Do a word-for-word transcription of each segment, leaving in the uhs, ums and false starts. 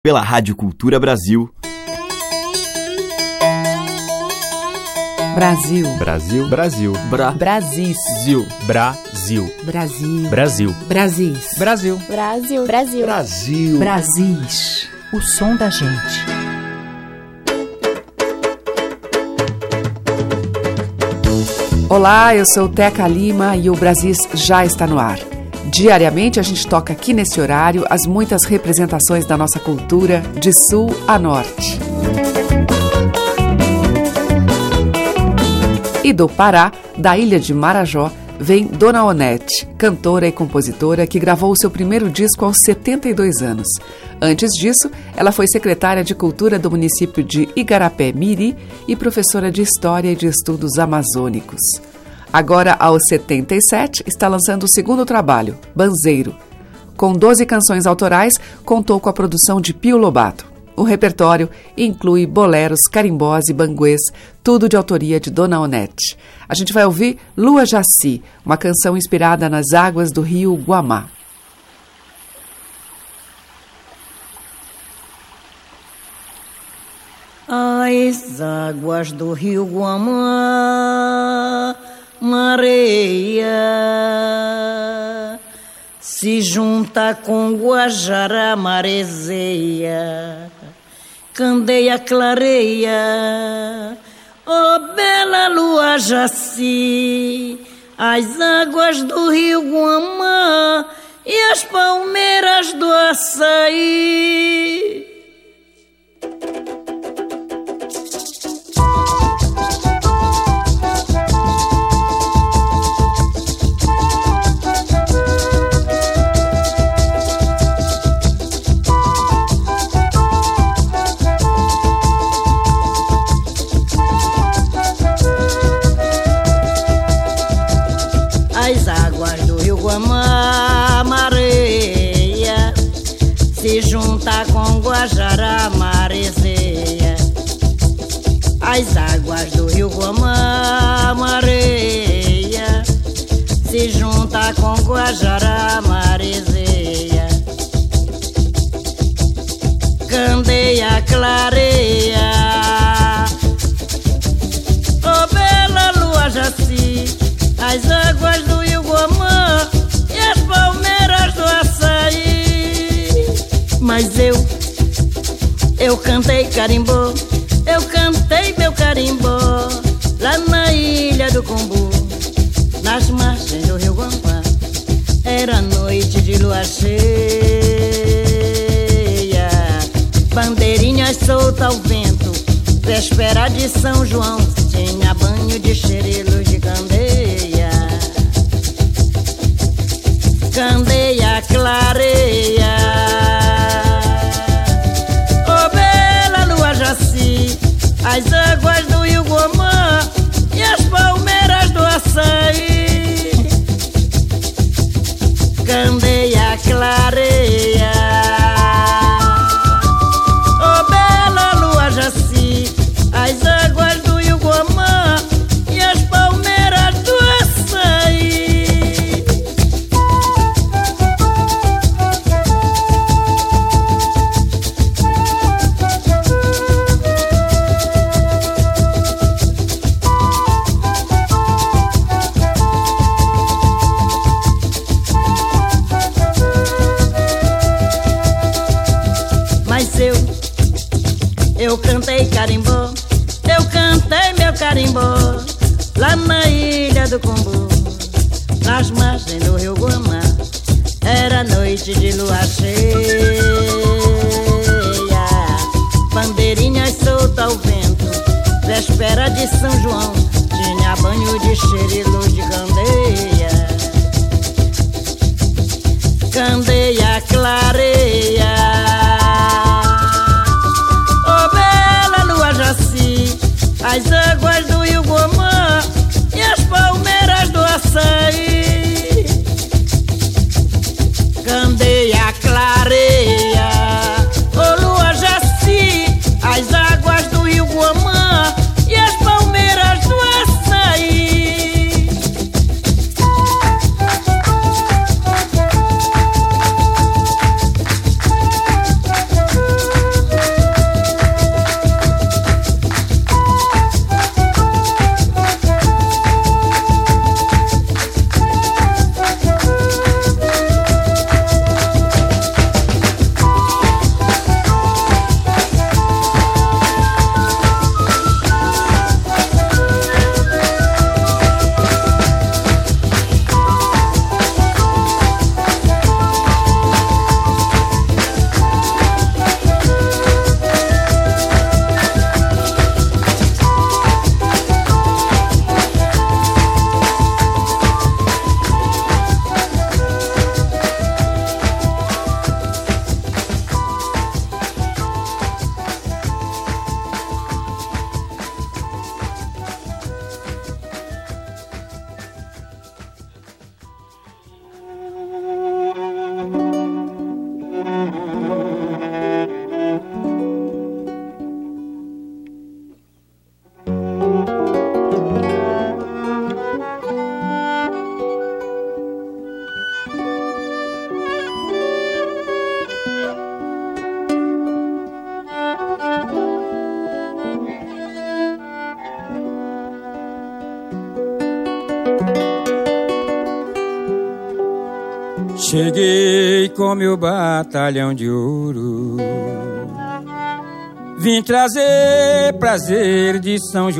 pela Rádio Cultura Brasil. Brasil. Brasil. Brasil. Bra. Brasis. Zil. Brasil. Brasil. Brasil. Brasis. Brasil. Brasil. Brasil. Brasil. Brasis. O som da gente. Olá, eu sou Teca Lima e o Brasis já está no ar. Diariamente a gente toca aqui nesse horário as muitas representações da nossa cultura de sul a norte. E do Pará, da ilha de Marajó, vem Dona Onete, cantora e compositora que gravou o seu primeiro disco aos setenta e dois anos. Antes disso, ela foi secretária de Cultura do município de Igarapé-Miri e professora de História e de Estudos Amazônicos. Agora, aos setenta e sete, está lançando o segundo trabalho, Banzeiro. Com doze canções autorais, contou com a produção de Pio Lobato. O repertório inclui boleros, carimbós e banguês, tudo de autoria de Dona Onete. A gente vai ouvir Lua Jaci, uma canção inspirada nas águas do rio Guamá. As águas do rio Guamá, mareia, se junta com Guajará, marezeia, candeia clareia, ó oh, bela lua jaci, as águas do rio Guamá e as palmeiras do açaí. As águas do rio Guamá, mareia, se junta com Guajará, marezeia. As águas do rio Guamá, mareia, se junta com Guajará, marezeia. Candeia clareia, ó oh, bela lua jaci, as águas do rio Guamá e as palmeiras do açaí. Mas eu, eu cantei carimbó, eu cantei meu carimbó lá na ilha do Combu, nas margens do rio Guamá. Era noite de lua cheia, bandeirinhas soltas ao vento, véspera de São João, tinha banho de xerelos de candeia. Candeia clareia, ó oh, bela lua jaci, as águas do rio Guamá e as palmeiras do açaí. Candeia clareia, ó oh, bela lua jaci, as águas do rio Guamá e as palmeiras do açaí. Mas eu, eu cantei carimbó, eu cantei meu carimbó lá na ilha do Combu, nas margens do rio Guamá. Era noite de lua cheia, bandeirinhas soltas ao vento, véspera de São João, tinha banho de xerelos de candeia. Candeia clareia, ó oh, bela lua jaci, as águas do rio Guamá e as palmeiras do açaí. Candeia clareia, ó oh, lua jaci, as águas do rio Guamá e as palmeiras do açaí. Cheguei com meu batalhão de ouro, vim trazer prazer de São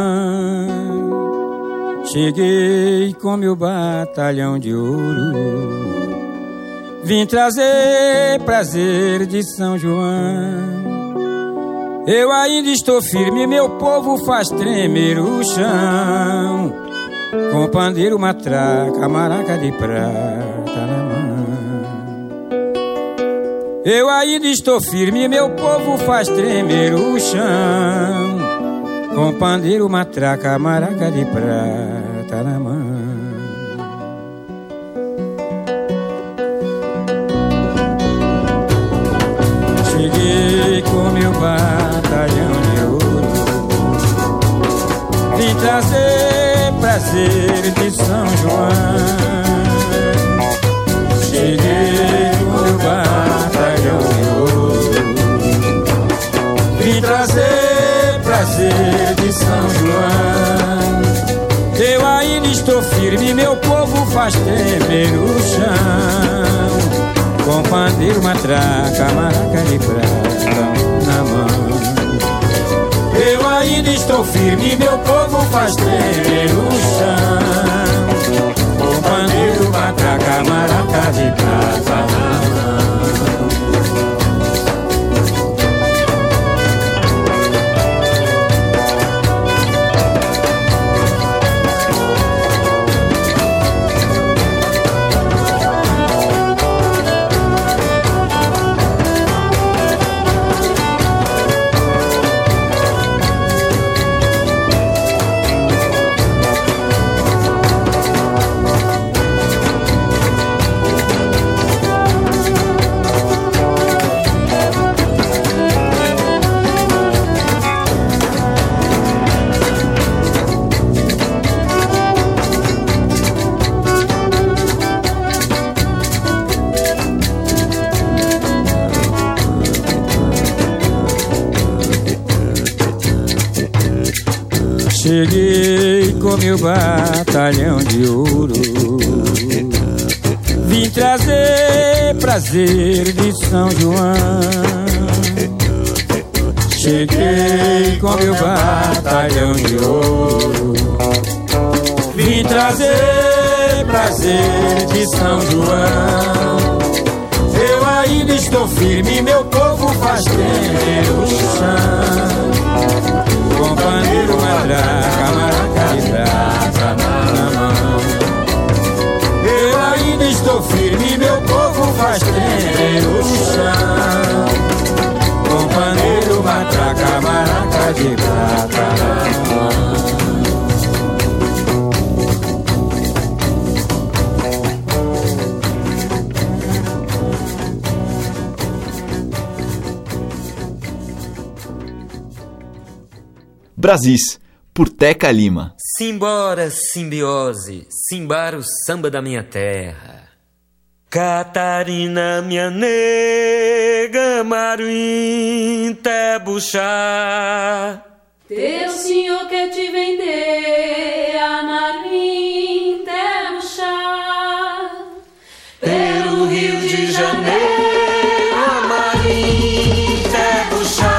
João. Cheguei com meu batalhão de ouro, vim trazer prazer de São João. Eu ainda estou firme, meu povo faz tremer o chão, com pandeiro, matraca, maraca de prata na mão. Eu ainda estou firme, meu povo faz tremer o chão, com pandeiro, matraca, maraca de prata na mão. Cheguei com meu batalhão de ouro, vim trazer prazer de São João. Cheguei com meu batalhão de ouro, vim trazer prazer de São João. Eu ainda estou firme, meu povo faz tremer o chão, com pandeiro, matraca, maraca de prata na mão. Eu ainda estou firme, meu povo faz tremer o chão, com pandeiro, matraca, maraca de prata na mão. Cheguei com meu batalhão de ouro, vim trazer prazer de São João. Cheguei com meu batalhão de ouro, vim trazer prazer de São João. Eu ainda estou firme, meu povo faz tremer o chão, com pandeiro, matraca, maraca de prata na mão. Eu ainda estou firme, meu povo faz tremer o chão, com pandeiro, matraca, maraca de prata na mão. Brasis, por Teca Lima. Simbora, simbiose, simbara o samba da minha terra. Catarina, minha nega, Maruim, Tebuchá. Teu senhor quer te vender a Maruim, Tebuchá. Pelo Rio de Janeiro, a Maruim, Tebuchá.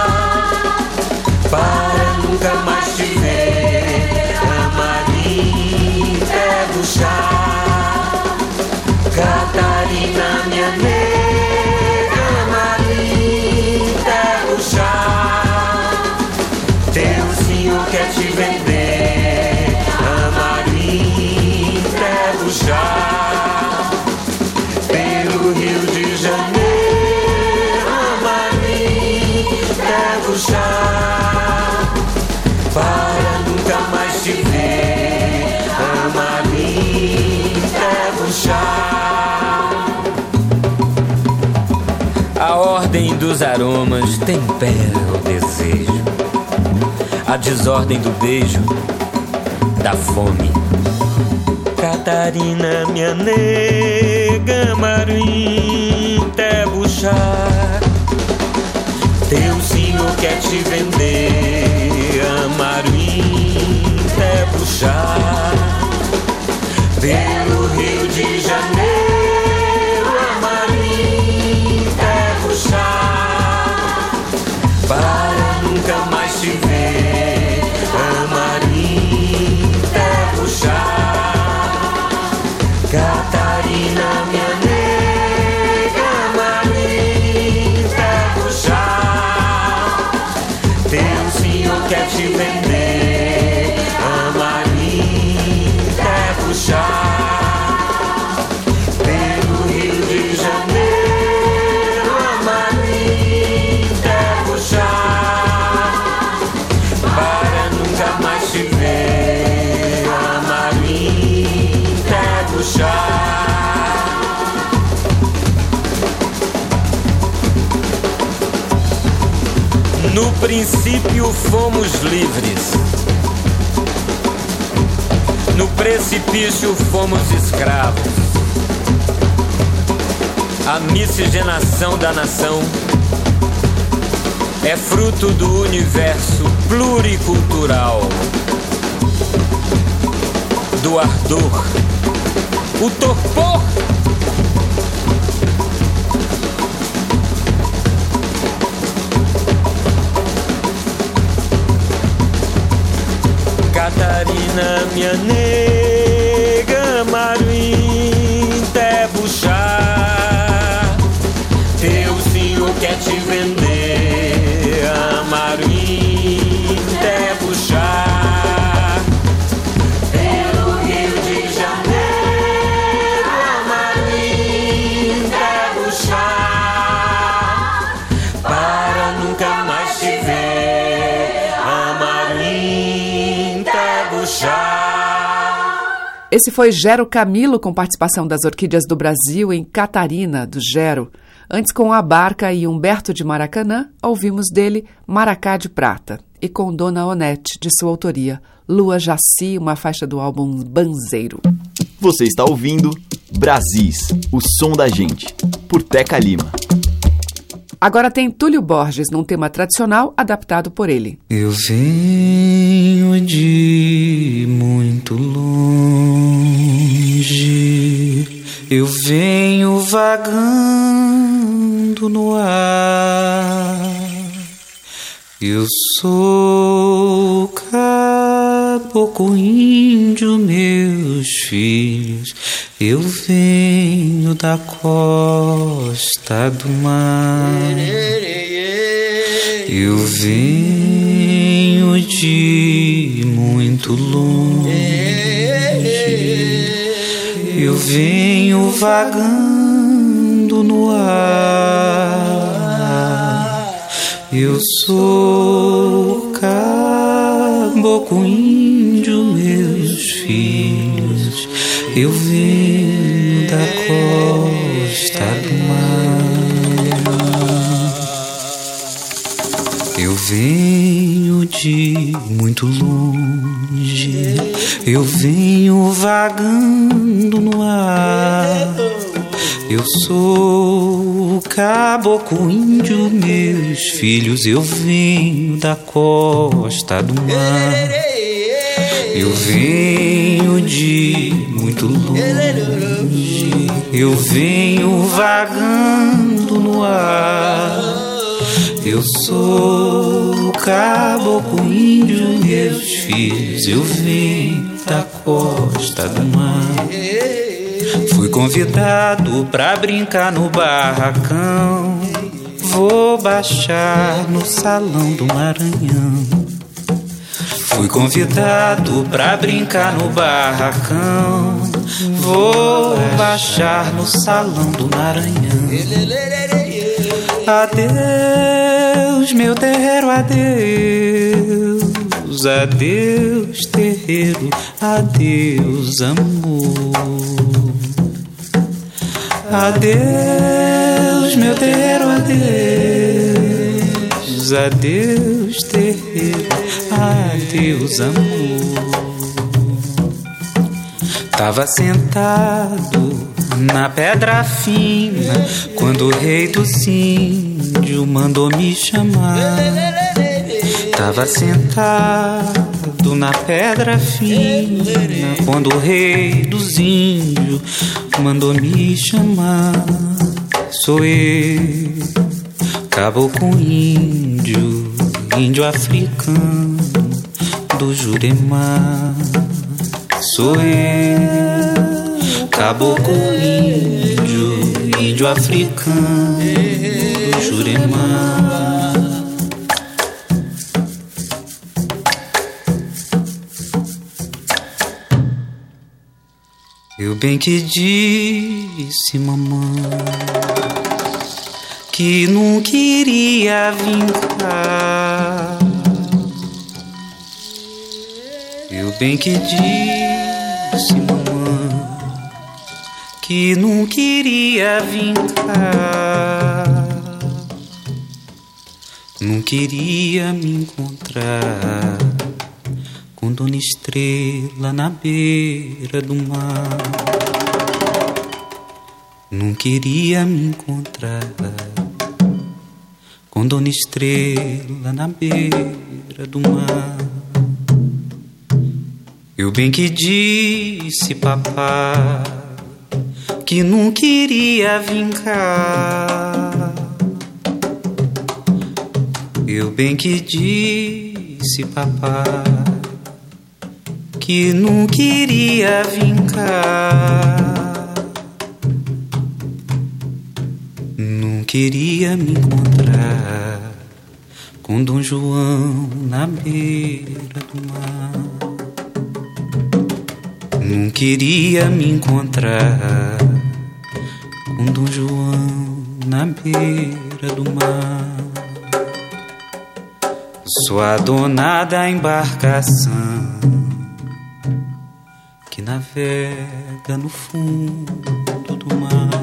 Para nunca mais te ver, a Maruim, Tebuchá. Catarina, minha nega, Maruim, Tebuchá. Teu senhor quer te vender, a Maruim, Tebuchá. Pelo Rio de Janeiro, a Maruim, Tebuchá. Para nunca mais te ver, a Maruim, Tebuchá. A ordem dos aromas tempera o desejo, a desordem do beijo da fome. Catarina, minha nega, Maruim, Tebuchá. Teu senhor quer te vender, a Maruim, Tebuchá. Pelo Rio de Janeiro, para nunca mais te ver. Amarim, até puxar. Catarina, minha nega, Amarim, até puxar. Teu senhor quer te vender. Amarim, até puxar. No princípio fomos livres, no precipício fomos escravos. A miscigenação da nação é fruto do universo pluricultural, do ardor, o torpor. Catarina, minha nega, Amarim, até puxar. Teu senhor quer te vender. Amarim, até puxar. Pelo Rio de Janeiro, Amarim, até puxar. Para nunca mais te ver. Amarim, até puxar. Esse foi Gero Camilo, com participação das Orquídeas do Brasil em Catarina, do Gero. Antes, com A Barca e Humberto de Maracanã, ouvimos dele Maracá de Prata. E com Dona Onete, de sua autoria, Lua Jaci, uma faixa do álbum Banzeiro. Você está ouvindo Brasis, o som da gente, por Teca Lima. Agora tem Túlio Borges, num tema tradicional adaptado por ele. Eu venho de muito longe, eu venho vagando no ar. Eu sou caboclo índio, meus filhos, eu venho da costa do mar. Eu venho de muito longe, eu venho vagando no ar. Eu sou caboclo índio, meus filhos, eu venho da costa do mar. Eu venho de muito longe, eu venho vagando no ar. Eu sou caboclo índio, meus filhos, eu venho da costa do mar. Eu venho de muito longe, eu venho vagando no ar. Eu sou caboclo índio, meus filhos, eu venho da costa do mar. Fui convidado pra brincar no barracão, vou baixar no salão do Maranhão. Fui convidado pra brincar no barracão, vou baixar no salão do Maranhão. Adeus, meu terreiro, adeus, adeus, terreiro, adeus, amor. Adeus, meu terreiro, adeus, adeus, terreiro, adeus, amor. Tava sentado na pedra fina quando o rei dos índios mandou me chamar. Tava sentado na pedra fina quando o rei dos índios mandou me chamar. Sou eu, Caboclo índio, índio africano do Jurema, sou eu. Caboclo índio, índio africano do Jurema. Eu bem que disse, mamãe, que não queria vincar. Eu bem que disse, mamãe, que não queria vincar. Não queria me encontrar com Dona Estrela na beira do mar. Não queria me encontrar com Dona Estrela na beira do mar. Eu bem que disse, papá, que não queria vincar. Eu bem que disse, papá, que não queria vincar. Não queria me encontrar com Dom João na beira do mar. Não queria me encontrar com Dom João na beira do mar. Sou a dona da embarcação que navega no fundo do mar.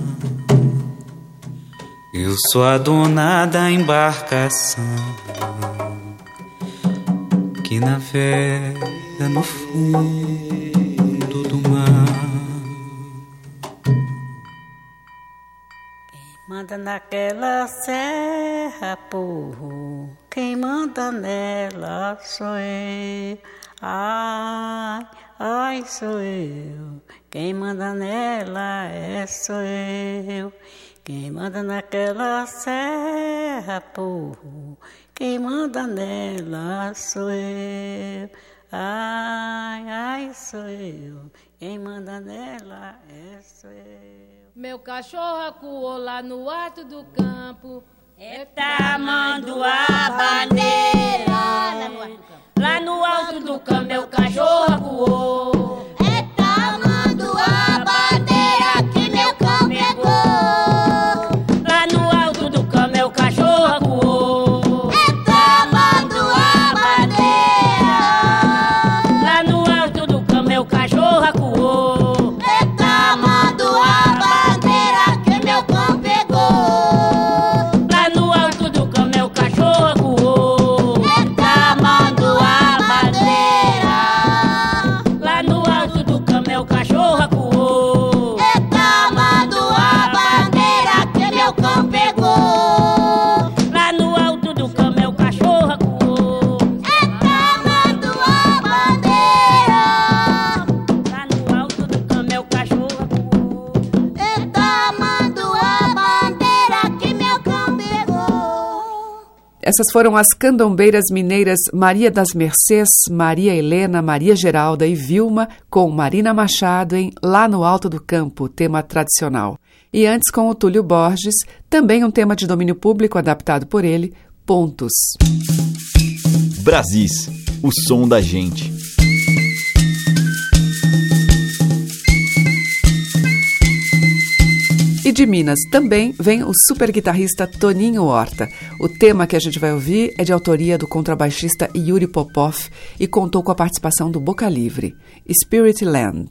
Eu sou a dona da embarcação que navega no fundo do mar. Quem manda naquela serra, porro, quem manda nela sou eu. Ai, ai, sou eu. Quem manda nela é sou eu. Quem manda naquela serra, porro, quem manda nela sou eu. Ai, ai, sou eu. Quem manda nela é sou eu. Meu cachorro acuou lá no alto do campo. É tamanduá bandeira. Lá no alto do campo meu cachorro acuou. É tamanduá bandeira que meu cão pegou. Lá no alto do campo meu cachorro acuou. É tamanduá bandeira. Lá no alto do campo meu cachorro acuou. É tamanduá bandeira que meu cão pegou. Lá no alto do campo meu cachorro acuou. É tamanduá bandeira. Lá no alto do campo meu cachorro acuou. É tamanduá bandeira que meu cão pegou. Lá no alto do campo meu cachorro acuou. É tamanduá bandeira. Lá no alto do campo meu cachorro acuou. É tamanduá bandeira que meu cão pegou. Essas foram as candombeiras mineiras Maria das Mercês, Maria Helena, Maria Geralda e Vilma, com Marina Machado em Lá no Alto do Campo, tema tradicional. E antes com o Túlio Borges, também um tema de domínio público adaptado por ele, Pontos. Brasis, o som da gente. E de Minas também vem o super guitarrista Toninho Horta. O tema que a gente vai ouvir é de autoria do contrabaixista Yuri Popov e contou com a participação do Boca Livre, Spirit Land.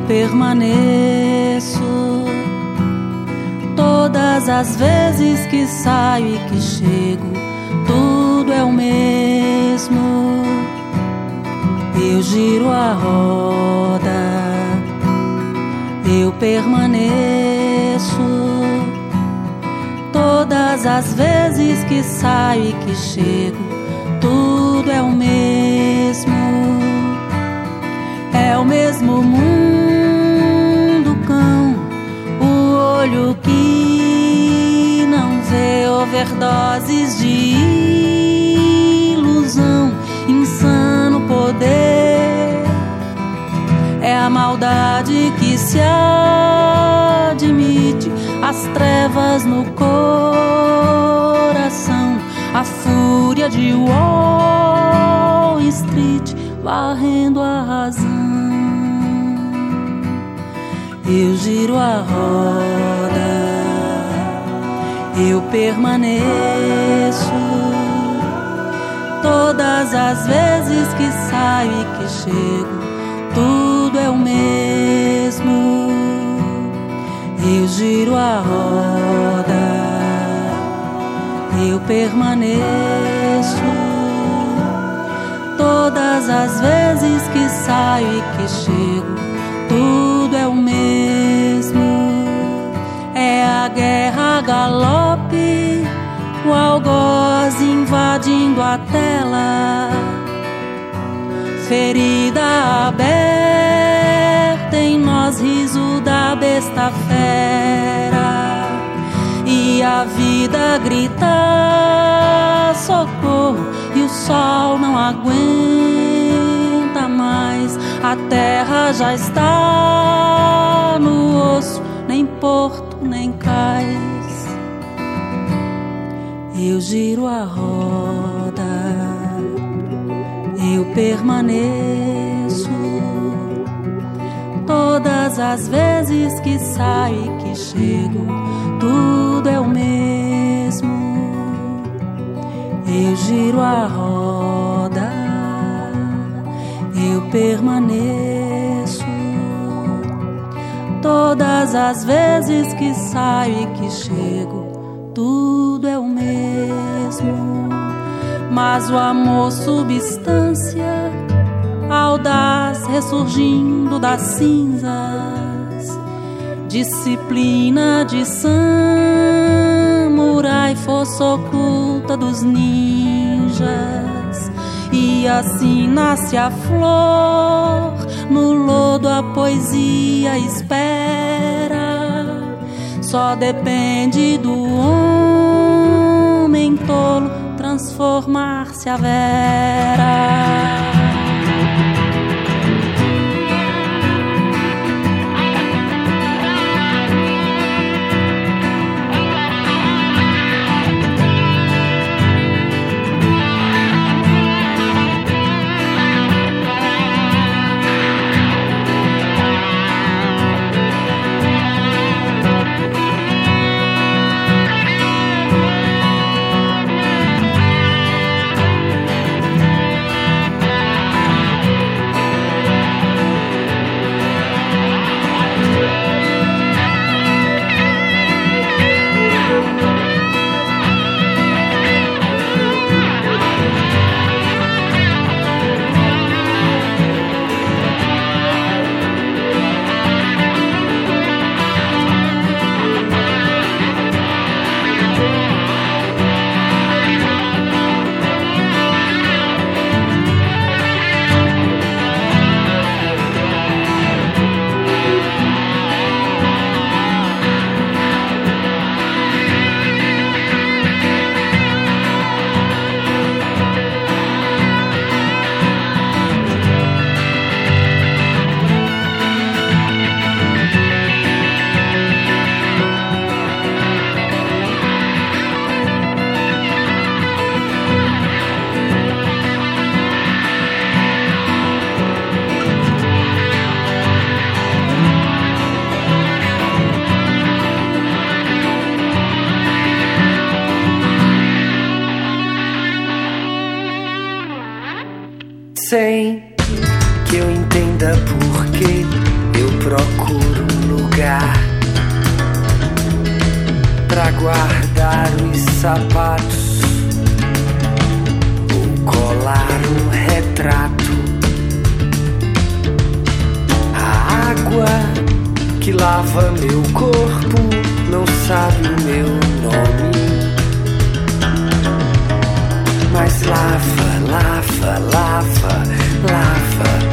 permaneço. Todas as vezes que saio e que chego, tudo é o mesmo. Eu giro a roda, eu permaneço. Todas as vezes que saio e que chego, tudo é o mesmo. É o mesmo mundo, cão, o olho que não vê, overdoses de ilusão, insano poder. É a maldade que se admite, as trevas no coração, a fúria de Wall Street varrendo a razão. Eu giro a roda, eu permaneço. Todas as vezes que saio e que chego, tudo é o mesmo. Eu giro a roda, eu permaneço. Todas as vezes que saio e que chego, tudo é o mesmo. É a guerra a galope, o algoz invadindo a tela, ferida aberta em nós, riso da besta fera. E a vida grita socorro, e o sol não aguenta mais. A terra já está no osso, nem porto nem cais. Eu giro a roda, eu permaneço. Todas as vezes que saio e que chego, tudo é o mesmo. Eu giro a roda, eu permaneço. Todas as vezes que saio e que chego, tudo é o mesmo. Mas o amor, substância audaz, ressurgindo das cinzas, disciplina de samurai, força oculta dos ninjas. E assim nasce a flor, no lodo a poesia espera. Só depende do homem tolo transformar-se a vera. guardar os sapatos ou colar um retrato. A água que lava meu corpo não sabe o meu nome, mas lava, lava, lava, lava.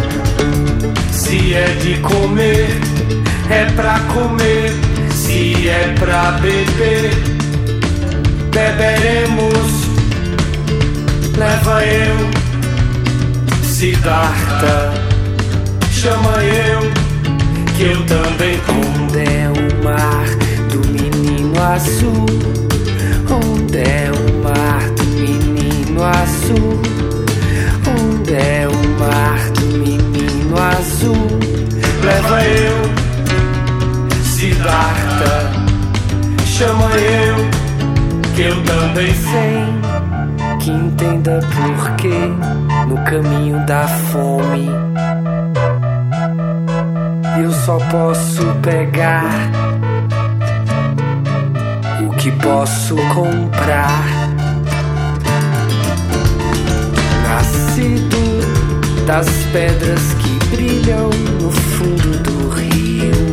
Se é de comer, é pra comer. Se é pra beber, beberemos. Leva eu, Siddhartha, chama eu, que eu também vou. Onde é o mar do menino azul? Onde é o mar do menino azul? Onde é o mar do menino azul? Leva eu, Siddhartha, chama eu, que eu também sei. Que entenda por que no caminho da fome eu só posso pegar o que posso comprar. Nascido das pedras que brilham no fundo do rio,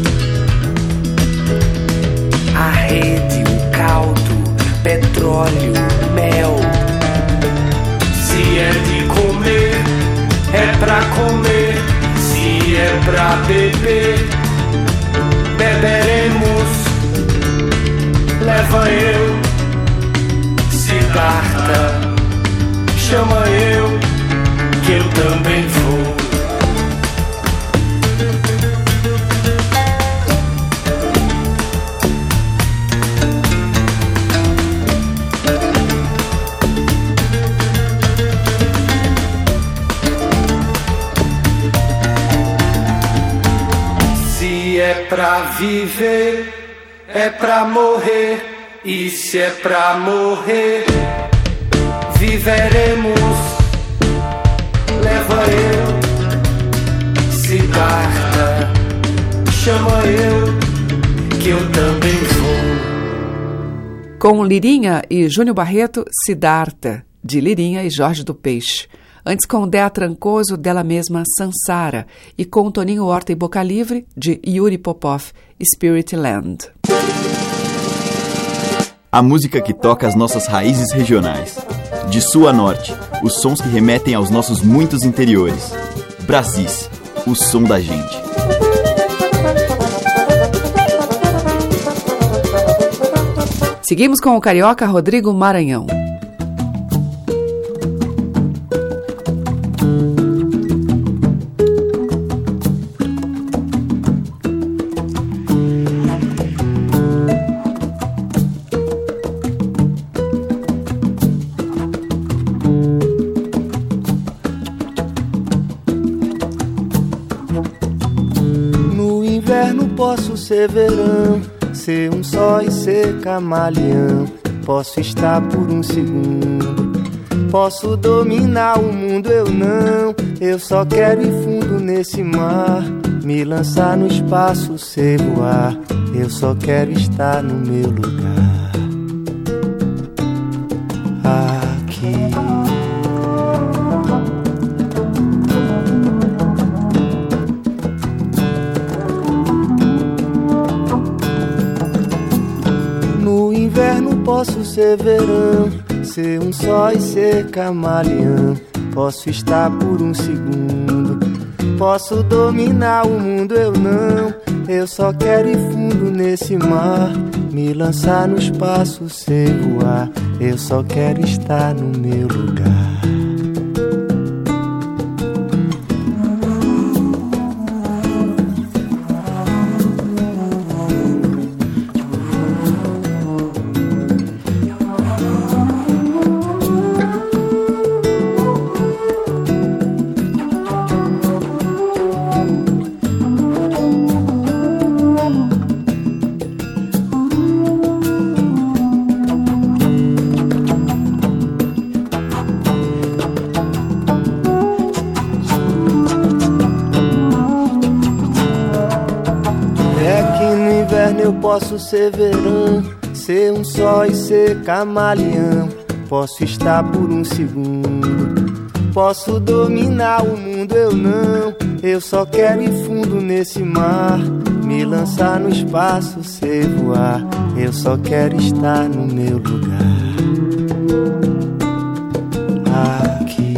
a rede, o caldo, petróleo, mel. Se é de comer, é pra comer. Se é pra beber, beberemos. Leva eu, Siddhartha, chama eu, que eu também vou. É pra viver, é pra morrer. E se é pra morrer, viveremos. Leva eu, Siddhartha, chama eu, que eu também vou. Com Lirinha e Júnior Barreto, Siddhartha, de Lirinha e Jorge do Peixe. Antes com Dea Trancoso, dela mesma Sansara, e com Toninho Horta e Boca Livre, de Yuri Popov, Spirit Land. A música que toca as nossas raízes regionais. De sul a norte, os sons que remetem aos nossos muitos interiores. Brasis, o som da gente. Seguimos com o carioca Rodrigo Maranhão. Posso ser verão, ser um só e ser camaleão. Posso estar por um segundo, posso dominar o mundo, eu não. Eu só quero ir fundo nesse mar, me lançar no espaço, sei voar. Eu só quero estar no meu lugar, aqui. Posso ser verão, ser um só e ser camaleão. Posso estar por um segundo, posso dominar o mundo, eu não. Eu só quero ir fundo nesse mar, me lançar no espaço, sei voar. Eu só quero estar no meu lugar. inverno eu posso ser verão, ser um só e ser camaleão. Posso estar por um segundo, posso dominar o mundo, eu não. Eu só quero ir fundo nesse mar, me lançar no espaço, sei voar. Eu só quero estar no meu lugar. Aqui.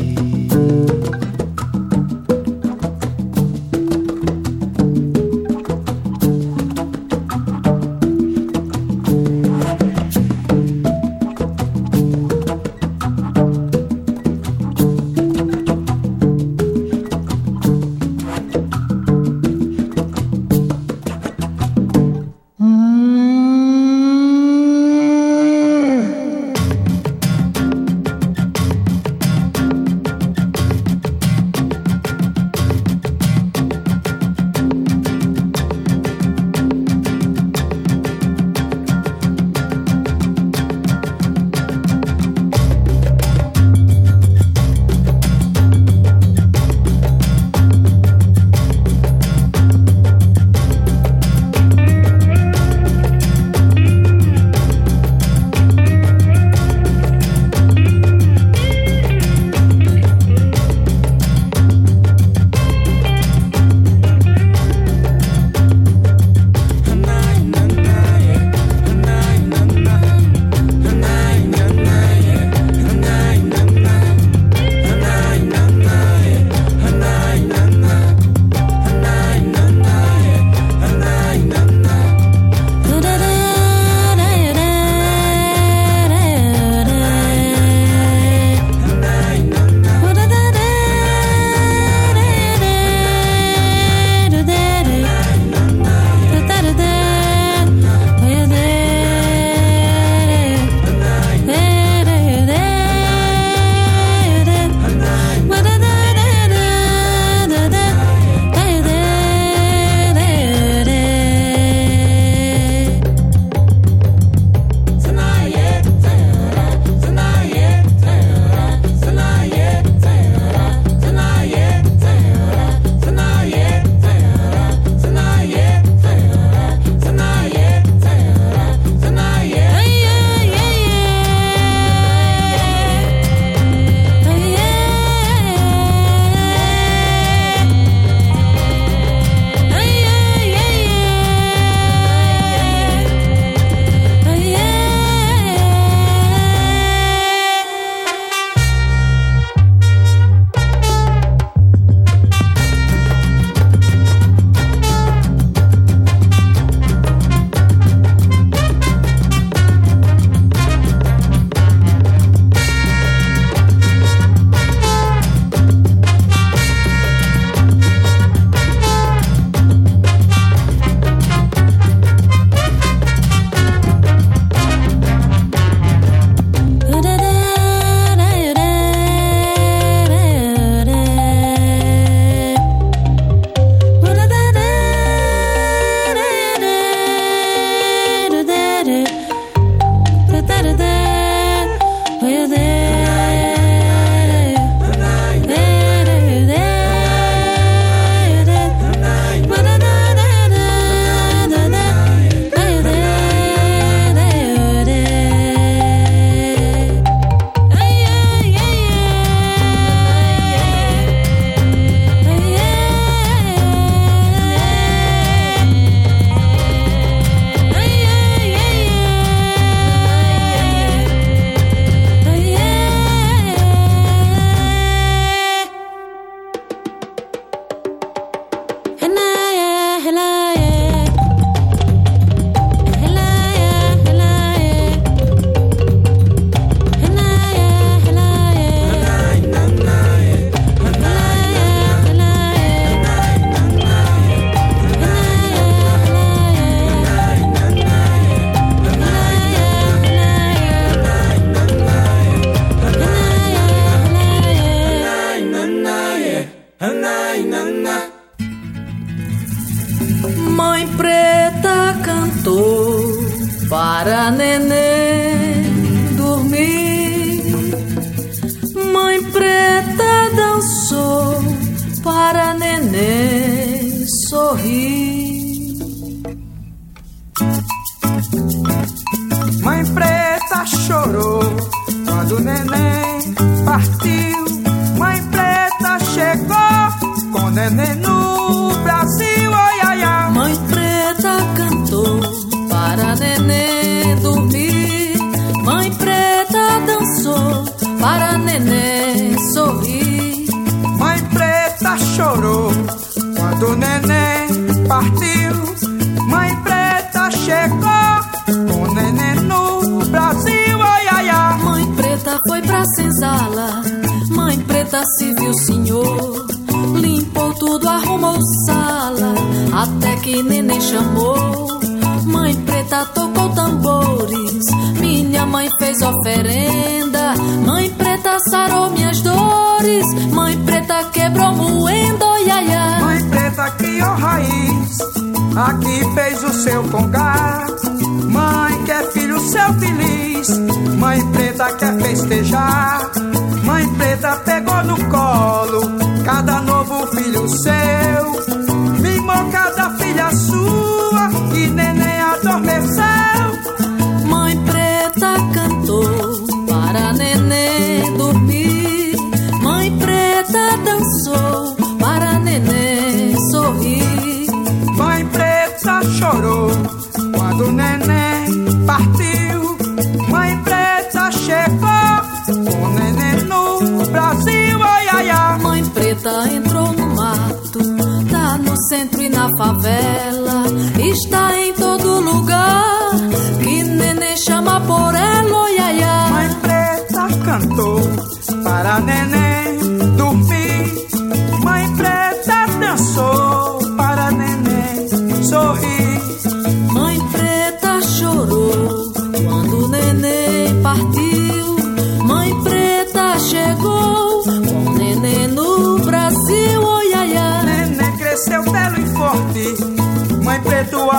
Mãe preta cantou para neném dormir. Mãe preta dançou para neném sorrir. neném partiu, mãe preta chegou com neném no Brasil, ai, ai, ai. Mãe preta cantou para neném dormir, mãe preta dançou para neném sorrir. Mãe preta chorou quando o neném partiu, mãe preta chegou com o neném no Brasil, ai, ai, ai. Mãe preta foi pra senzala, mãe preta se viu senhor, limpou tudo, arrumou sala, até que neném chamou. Mãe preta tocou tambores, minha mãe fez oferenda, mãe preta sarou minhas dores, mãe preta quebrou moendo, iaia. Mãe preta criou raiz, aqui fez o seu congá. Mãe quer filho seu feliz, mãe preta quer festejar. Mãe preta pegou no colo cada novo filho seu, mimou cada filha sua e neném adormeceu. Mãe preta cantou para neném dormir, mãe preta dançou para neném sorrir. Mãe preta chorou quando o neném partiu, mãe preta chegou com o neném no Brasil, ai, ai, ai. Mãe preta entrou no mato, tá no centro e na favela, está em todo lugar, que neném chama por ela, ai, ai, ai. Mãe preta cantou para neném dormir, mãe preta dançou para neném sorrir. Mãe preta chorou quando o neném partiu, mãe preta chegou com o neném no Brasil, oi, ai, ai. Neném cresceu belo e forte, mãe preta o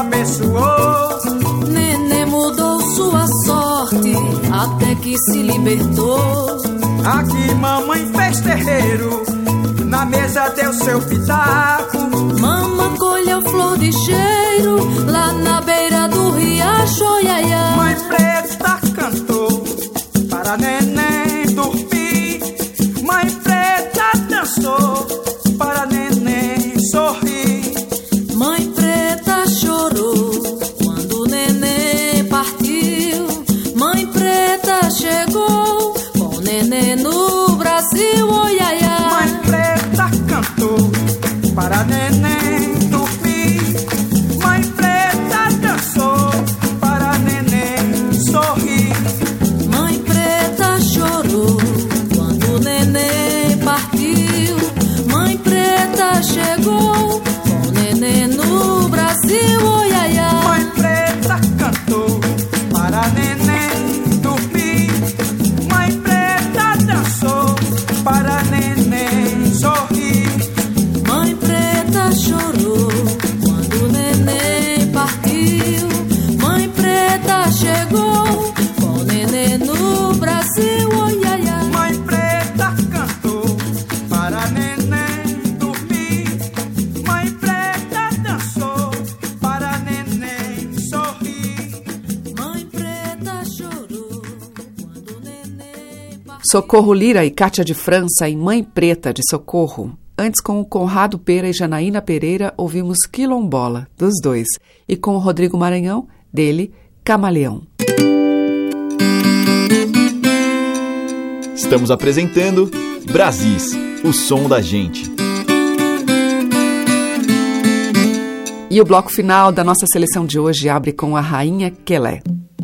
abençoou. Neném mudou sua sorte, até que se libertou. Aqui mamãe fez terreiro, na mesa deu seu pitaco. Mamãe colheu flor de cheiro, lá na beira do riacho, ai, ai, ai. Mãe preta cantou para neném dormir, mãe preta dançou para neném sorrir. Mãe preta chorou quando o neném partiu, mãe preta chegou com o neném no Brasil, oi, ai, ai. Mãe preta cantou para neném dormir, mãe preta dançou para neném sorrir. Mãe preta chorou quando o neném partiu, mãe preta chegou com o neném no Brasil, oi, ai, ai. Mãe preta cantou para neném dormir, mãe preta dançou para neném sorrir. Mãe preta chorou quando o neném partiu, mãe preta chegou com o neném no Brasil, oi, ai, ai. Mãe preta cantou para neném dormir, mãe preta dançou para neném sorrir. Mãe preta chorou quando o neném partiu. Socorro Lira e Cátia de França em Mãe Preta de Socorro. Antes, com o Conrado Pera e Janaína Pereira, ouvimos Quilombola, dos dois. E com o Rodrigo Maranhão, dele, Camaleão. Estamos apresentando Brasis, o som da gente. E o bloco final da nossa seleção de hoje abre com a Rainha Quelé.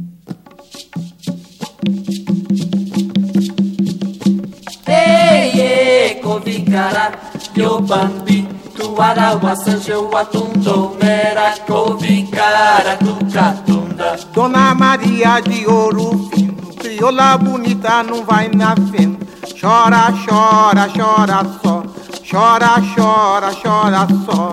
Ei, covicara, yo bambi, tu arawa, sanjeu, atundo, mera, covicara, tu catunda. Dona Maria de Ouro Fino, crioula bonita, não vai na fenda. Chora, chora, chora só, chora, chora, chora só.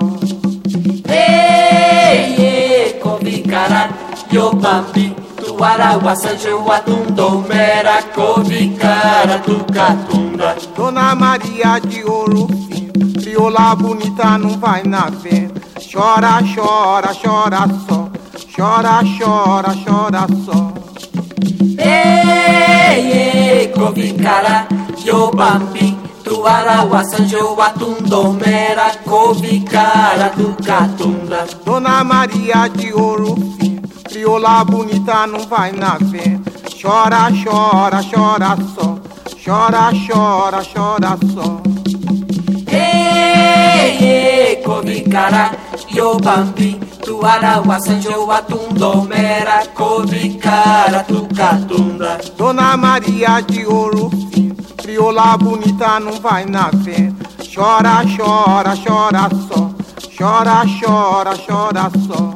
Ei, ei, covicara, yo bambi, tu arawa, sanjeu, atundo, mera, covicara, tu catunda. Dona Maria de Ouro Fino, crioula bonita, não vai na fenda. Chora, chora, chora só, chora, chora, chora só. Ei, ei, covicara, yo bambi, tu araua, sanjo, atundomera, covicara, tu catunda. Dona Maria de Ouro Fino, crioula bonita não vai na venda. Chora, chora, chora só, chora, chora, chora só. Ei, ei, covicara, yo bambi, tu araua, sanjo, atundomera, covicara, tu catunda. Dona Maria de Ouro Fino, crioula bonita não vai na venda. Chora, chora, chora só, chora, chora, chora só.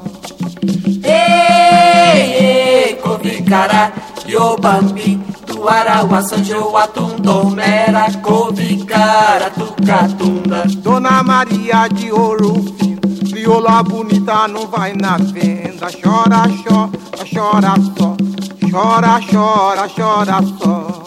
Ei, ei, covicara, yo bambi, tu araua, sanjo, atundomera, covicara, tu catunda. Dona Maria de Ouro Fino, crioula bonita não vai na venda. Chora, chora, chora só, chora, chora, chora só.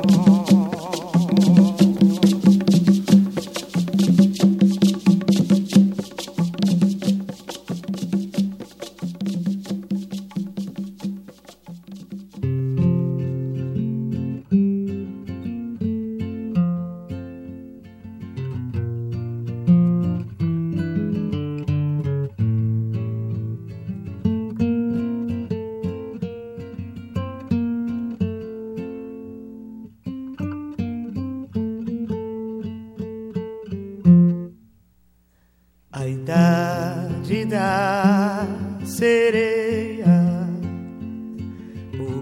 A idade da sereia, o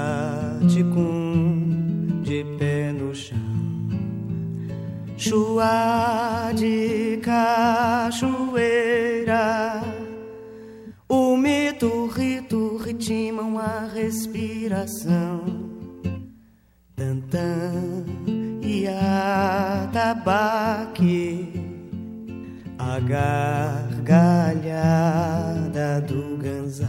bate-cum de pé no chão, chuá de cachoeira, o mito, rito ritmam a respiração, tantã e atabaque, a gargalhada do ganzá,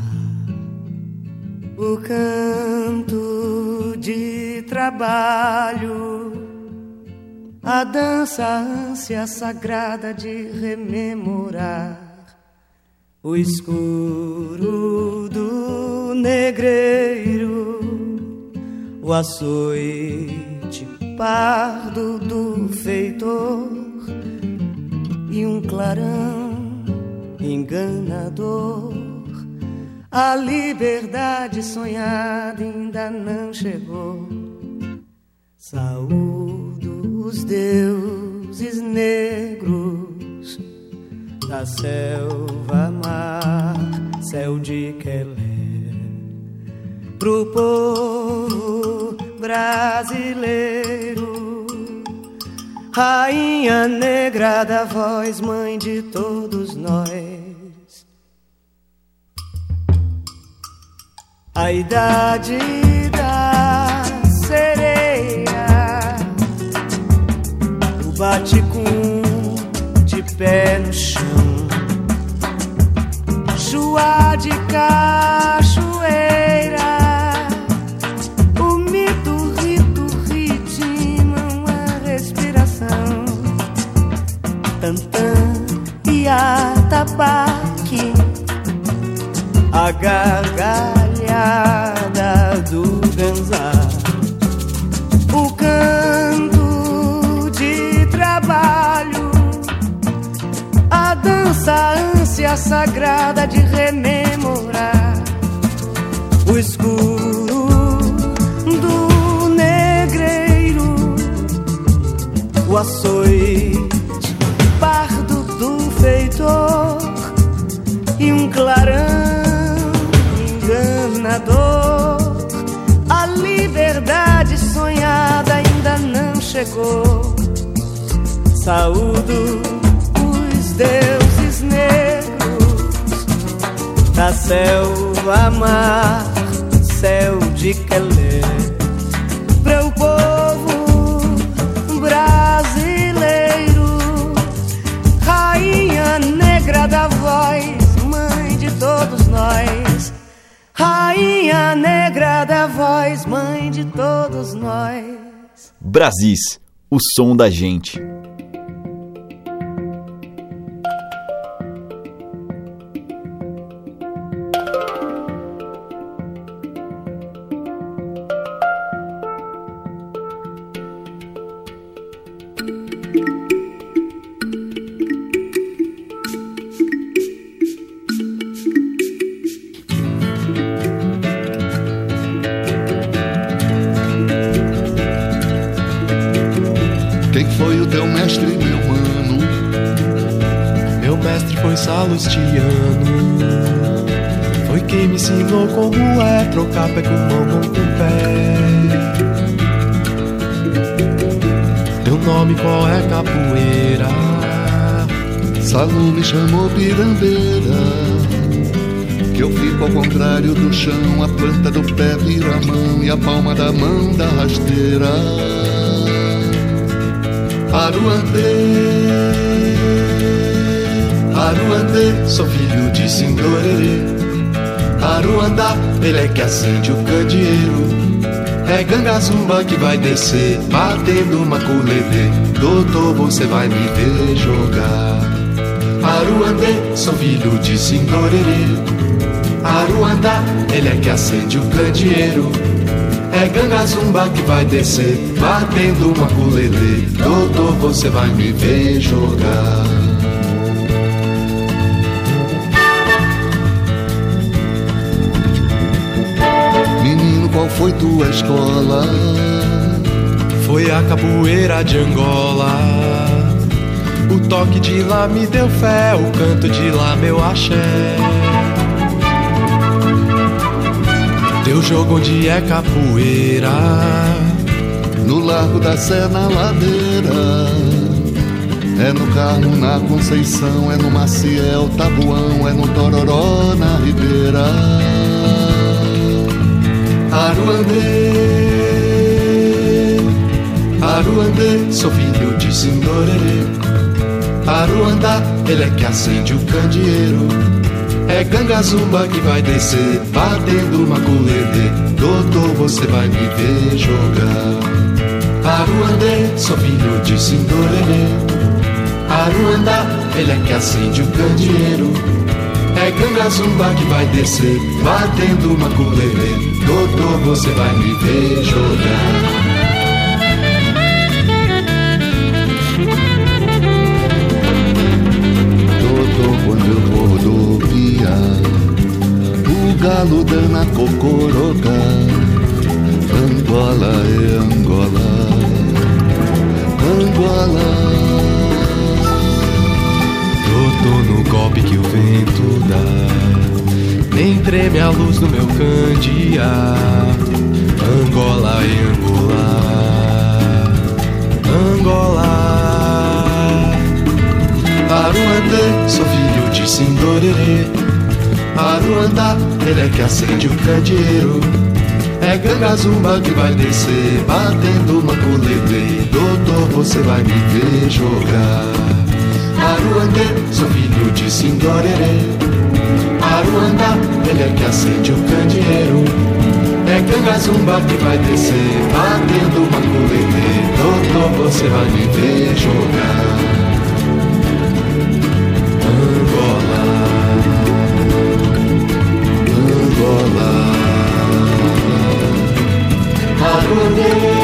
o canto de trabalho, a dança, a ânsia sagrada de rememorar, o escuro do negreiro, o açoite pardo do feitor e um clarão enganador. A liberdade sonhada ainda não chegou. Saúdo os deuses negros da selva, mar, céu de Quelé, pro povo brasileiro. Rainha negra da voz, mãe de todos nós. A idade da sereia, o bate-cum de pé no chão, chuá de cachoeira, o mito, rito, ritmam a respiração, tantã e atabaque, a gargalhada do ganzá, o canto de trabalho, a dança, a ânsia sagrada de rememorar, o escuro do negreiro, o açoite pardo do feitor e um clarão enganador. A liberdade sonhada ainda não chegou. Saúdo os deuses negros da selva, mar, céu de Quelé, para o povo brasileiro. Rainha negra da voz, mãe de todos nós. Rainha negra da voz, mãe de todos nós. Brasis, o som da gente. salustiano. Foi quem me ensinou como é trocar pé com mão, mão com pé. Teu nome qual é, capoeira? Salu me chamou pirambeira, que eu fico ao contrário do chão. A planta do pé vira a mão e a palma da mão da rasteira. Aruandê, Aruandê, sou filho de Sindorerê. Aruandá, ele é que acende o candeeiro. É gangazumba que vai descer, batendo maculelê. Doutor, você vai me ver jogar. Aruandê, sou filho de Sindorerê. Aruandá, ele é que acende o candeeiro. É gangazumba que vai descer, batendo maculelê. Doutor, você vai me ver jogar. Qual foi tua escola? Foi a capoeira de Angola. O toque de lá me deu fé, o canto de lá meu axé. Teu jogo onde é capoeira? No Largo da Sé, na ladeira. É no Carmo, na Conceição. É no Maciel, Tabuão. É no Tororó, na Ribeira. Aruandê, Aruandê, sou filho de Sindorerê. Aruandá, ele é que acende o candeeiro. É gangazumba que vai descer, batendo maculelê. Doutor, você vai me ver jogar. Aruandê, sou filho de Sindorerê. Aruandá, ele é que acende o candeeiro. É gangazumba que vai descer, batendo maculelê. Doutor, você vai me ver jogar. Doutor, quando eu vou rodopiar, o galo dana cocoroca. Angola é Angola, Angola. Doutor, no golpe que o vento dá, nem treme a luz do meu candeia. Angola e Angola, Angola. Aruandê, sou filho de Sindorerê. Aruandá, ele é que acende o candeeiro. É gangazumba que vai descer, batendo maculelê. Doutor, você vai me ver jogar. Aruandê, sou filho de Sindorerê. Aruandá, ele é que acende o candeeiro. É gangazumba que vai descer, batendo maculelê. Doutor, você vai me ver jogar. Angola, Angola, Aruandê.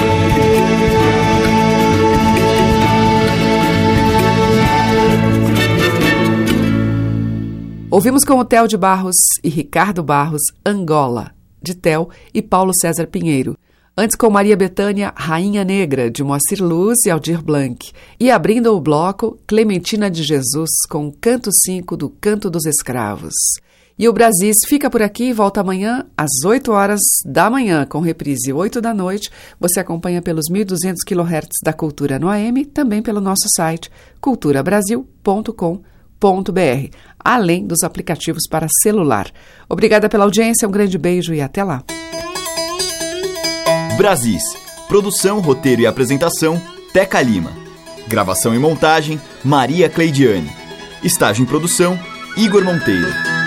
Ouvimos com o Theo de Barros e Ricardo Barros, Angola, de Theo e Paulo César Pinheiro. Antes com Maria Bethânia, Rainha Negra, de Moacir Luz e Aldir Blanc. E abrindo o bloco, Clementina de Jesus, com Canto cinco do Canto dos Escravos. E o Brasis fica por aqui e volta amanhã às oito horas da manhã, com reprise oito da noite. Você acompanha pelos mil e duzentos quilohertz da Cultura no A M, também pelo nosso site cultura brasil ponto com ponto b r, além dos aplicativos para celular. Obrigada pela audiência, um grande beijo e até lá. Brasis. Produção, roteiro e apresentação, Teca Lima. Gravação e montagem, Maria Cleidiane. Estágio em produção, Igor Monteiro.